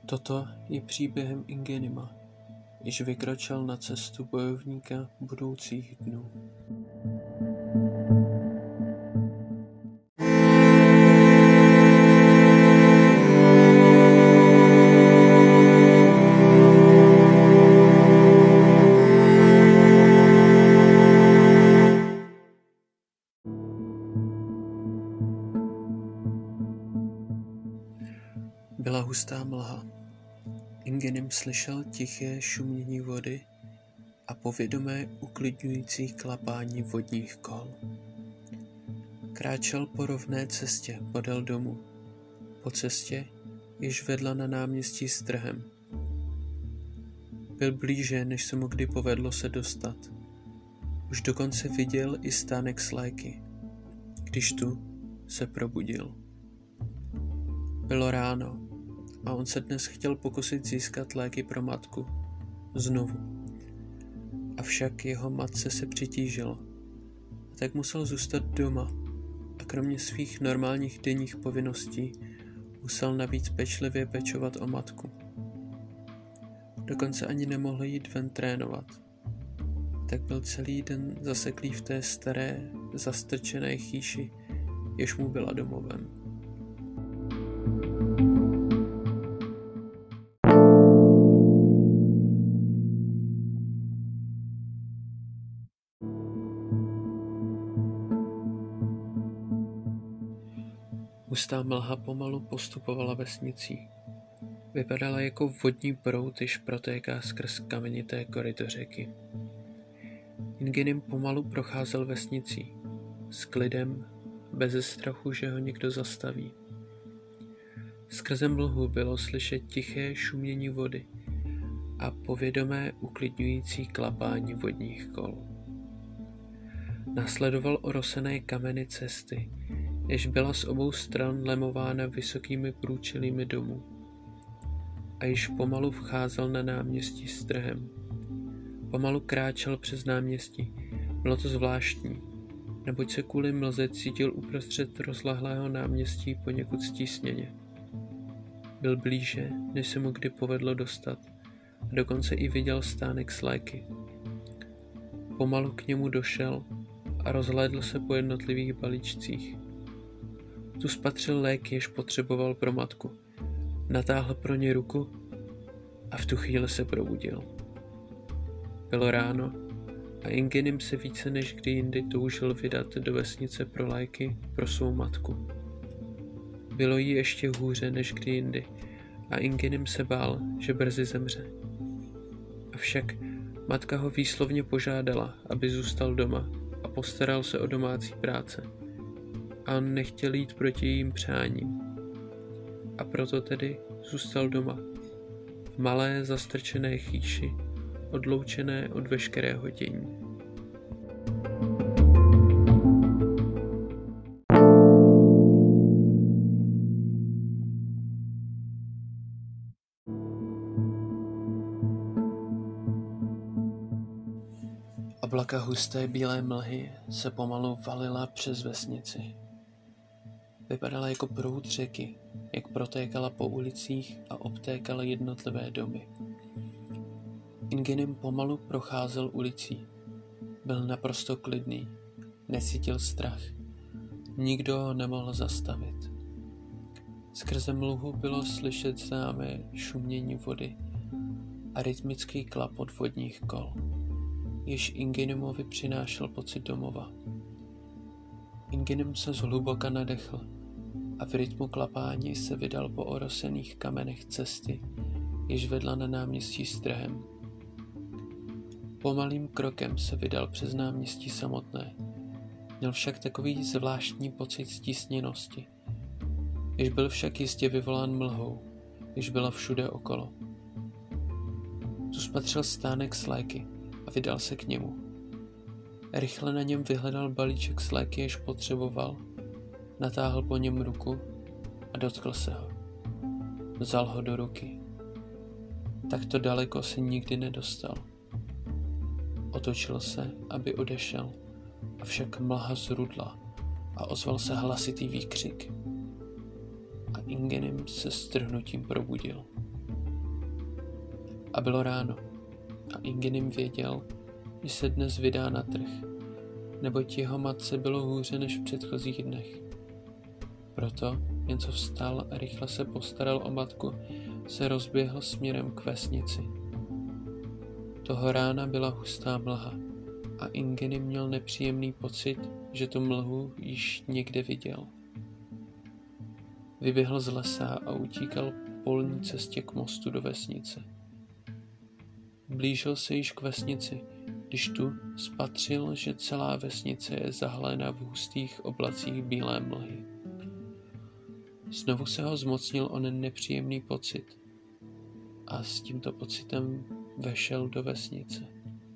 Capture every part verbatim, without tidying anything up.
Toto je příběhem Ingenima, již vykročil na cestu bojovníka budoucích dnů. Byla hustá mlha. Ingenim slyšel tiché šumění vody a povědomé uklidňující klapání vodních kol. Kráčel po rovné cestě podél domu, po cestě, jež vedla na náměstí s trhem. Byl blíže, než se mu kdy povedlo se dostat. Už dokonce viděl i stánek s léky, když tu se probudil. Bylo ráno a on se dnes chtěl pokusit získat léky pro matku. Znovu. Avšak jeho matce se přitížilo. A tak musel zůstat doma a kromě svých normálních denních povinností musel navíc pečlivě pečovat o matku. Dokonce ani nemohl jít ven trénovat. Tak byl celý den zaseklý v té staré, zastrčené chýši, jež mu byla domovem. Hustá mlha pomalu postupovala vesnicí. Vypadala jako vodní proud, jež protéká skrz kamenité koryto řeky. Ingenim pomalu procházel vesnicí, s klidem, beze strachu, že ho někdo zastaví. Skrze mlhu bylo slyšet tiché šumění vody a povědomé uklidňující klapání vodních kol. Následoval orosené kameny cesty, jež byla z obou stran lemována vysokými průčelími domů. A již pomalu vcházel na náměstí s trhem. Pomalu kráčel přes náměstí. Bylo to zvláštní, neboť se kvůli mlze cítil uprostřed rozlehlého náměstí poněkud stísněně. Byl blíže, než se mu kdy povedlo dostat, a dokonce i viděl stánek s léky. Pomalu k němu došel a rozhlédl se po jednotlivých balíčcích. Tu spatřil léky, jež potřeboval pro matku. Natáhl pro ně ruku a v tu chvíli se probudil. Bylo ráno a Ingenim se více než kdy jindy toužil vydat do vesnice pro léky pro svou matku. Bylo jí ještě hůře než kdy jindy a Ingenim se bál, že brzy zemře. Avšak matka ho výslovně požádala, aby zůstal doma a postaral se o domácí práce. A on nechtěl jít proti jejím přáním. A proto tedy zůstal doma, v malé zastrčené chýši, odloučené od veškerého dění. Oblaka husté bílé mlhy se pomalu valila přes vesnici. Vypadala jako proud řeky, jak protékala po ulicích a obtékala jednotlivé domy. Ingenim pomalu procházel ulicí. Byl naprosto klidný, necítil strach. Nikdo ho nemohl zastavit. Skrze mlhu bylo slyšet známé šumění vody a rytmický klapot vodních kol, jež Ingenimovi přinášel pocit domova. Ingenim se zhluboka nadechl a v rytmu klapání se vydal po orosených kamenech cesty, jež vedla na náměstí s trhem. Pomalým krokem se vydal přes náměstí samotné. Měl však takový zvláštní pocit stísněnosti, jež byl však jistě vyvolán mlhou, jež byla všude okolo. Tu spatřil stánek s léky a vydal se k němu. Rychle na něm vyhledal balíček s léky, jež potřeboval, natáhl po něm ruku a dotkl se ho. Vzal ho do ruky. Takto daleko se nikdy nedostal. Otočil se, aby odešel, avšak mlha zrudla a ozval se hlasitý výkřik. A Ingenim se strhnutím probudil. A bylo ráno. A Ingenim věděl, že se dnes vydá na trh, neboť jeho matce bylo hůře než v předchozích dnech. Proto, jen co vstal a rychle se postaral o matku, se rozběhl směrem k vesnici. Toho rána byla hustá mlha a Ingenim měl nepříjemný pocit, že tu mlhu již někde viděl. Vyběhl z lesa a utíkal po polní cestě k mostu do vesnice. Blížil se již k vesnici, když tu spatřil, že celá vesnice je zahalena v hustých oblacích bílé mlhy. Znovu se ho zmocnil onen nepříjemný pocit a s tímto pocitem vešel do vesnice.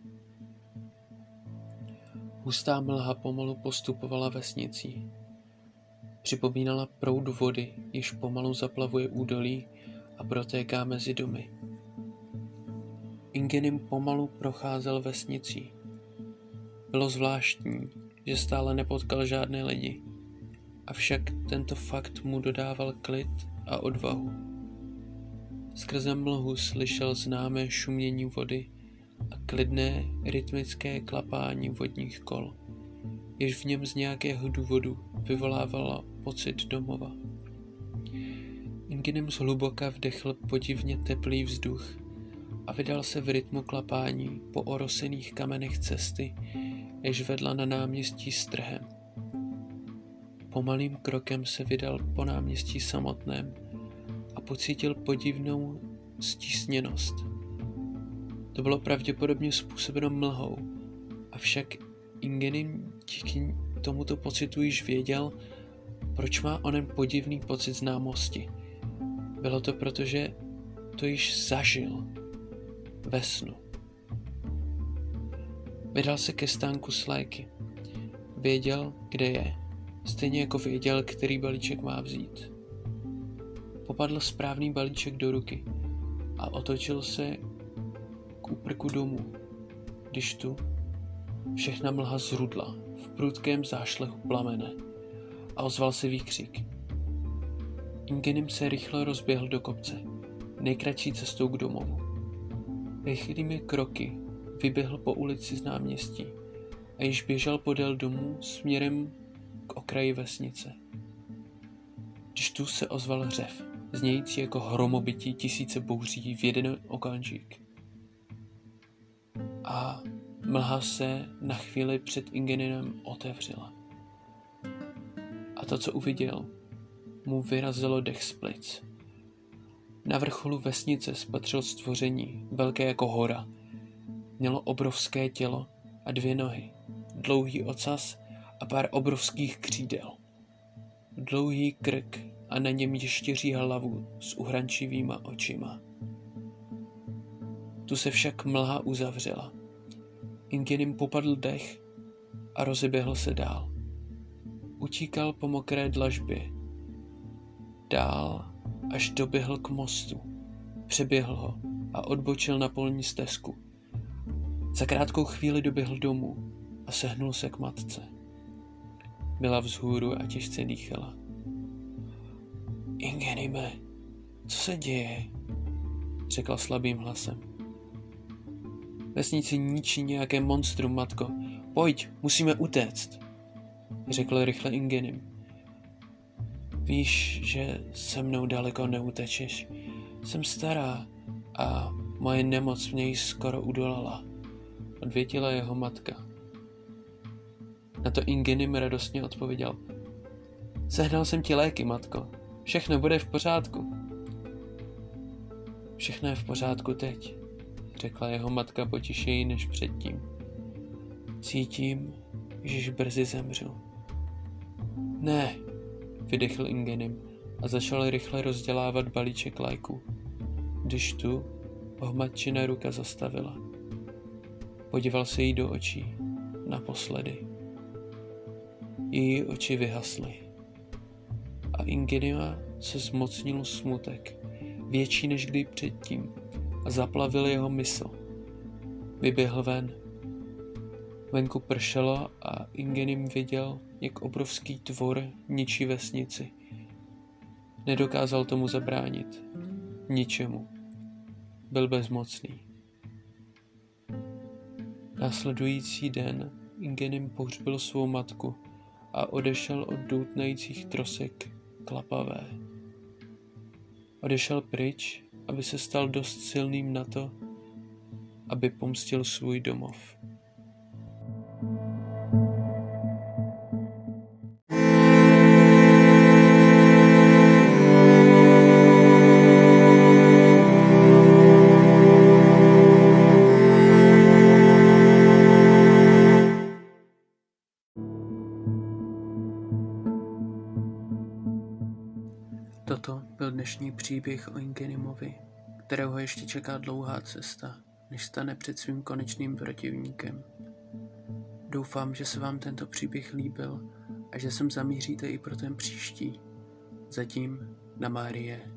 Hustá mlha pomalu postupovala vesnicí. Připomínala proud vody, jež pomalu zaplavuje údolí a protéká mezi domy. Ingenim pomalu procházel vesnicí. Bylo zvláštní, že stále nepotkal žádné lidi, avšak tento fakt mu dodával klid a odvahu. Skrze mlhu slyšel známé šumění vody a klidné rytmické klapání vodních kol, jež v něm z nějakého důvodu vyvolávalo pocit domova. Ingenim zhluboka vdechl podivně teplý vzduch a vydal se v rytmu klapání po orosených kamenech cesty, jež vedla na náměstí s trhem. Pomalým krokem se vydal po náměstí samotném a pocítil podivnou stísněnost. To bylo pravděpodobně způsobeno mlhou, avšak Ingenim díky tomuto pocitu již věděl, proč má onen podivný pocit známosti. Bylo to proto, že to již zažil ve snu. Vydal se ke stánku s léky. Věděl, kde je, stejně jako věděl, který balíček má vzít. Popadl správný balíček do ruky a otočil se k úprku domu, když tu všechna mlha zrudla v prudkém zášlehu plamene a ozval se výkřik. Ingenim se rychle rozběhl do kopce, nejkratší cestou k domovu. Rychlými kroky vyběhl po ulici z náměstí a již běžel podél domu směrem k okraji vesnice. Když tu se ozval řev, znějící jako hromobytí tisíce bouří v jeden okamžik. A mlha se na chvíli před Ingeninem otevřela. A to, co uviděl, mu vyrazilo dech z plic. Na vrcholu vesnice spatřil stvoření, velké jako hora. Mělo obrovské tělo a dvě nohy, dlouhý ocas a pár obrovských křídel. Dlouhý krk a na něm ještěří hlavu s uhrančivýma očima. Tu se však mlha uzavřela. Ingenim popadl dech a rozeběhl se dál. Utíkal po mokré dlažbě. Dál, až doběhl k mostu. Přeběhl ho a odbočil na polní stezku. Za krátkou chvíli doběhl domů a sehnul se k matce. Byla vzhůru a těžce dýchala. Ingenime, co se děje? Řekla slabým hlasem. Vesnici ničí nějaké monstrum, matko. Pojď, musíme utéct, řekl rychle Ingenim. Víš, že se mnou daleko neutečeš. Jsem stará a moje nemoc mě již skoro udolala, odvětila jeho matka. Na to Ingenim radostně odpověděl. Sehnal jsem ti léky, matko. Všechno bude v pořádku. Všechno je v pořádku teď, řekla jeho matka potišeji než předtím. Cítím, že již brzy zemřu. Ne, vydechl Ingenim a začal rychle rozdělávat balíček léků. Když tu ho matčina ruka zastavila. Podíval se jí do očí, naposledy. Její oči vyhasly. A Ingenima se zmocnil smutek, větší než kdy předtím, a zaplavil jeho mysl. Vyběhl ven. Venku pršelo a Ingenim viděl, jak obrovský tvor ničí vesnici. Nedokázal tomu zabránit. Ničemu. byl bezmocný. Následující den Ingenim pohřbil svou matku a odešel od doutnajících trosek klapavé. Odešel pryč, aby se stal dost silným na to, aby pomstil svůj domov. Toto byl dnešní příběh o Ingenimovi, kterého ještě čeká dlouhá cesta, než stane před svým konečným protivníkem. Doufám, že se vám tento příběh líbil a že sem zamíříte i pro ten příští. Zatím na Márie.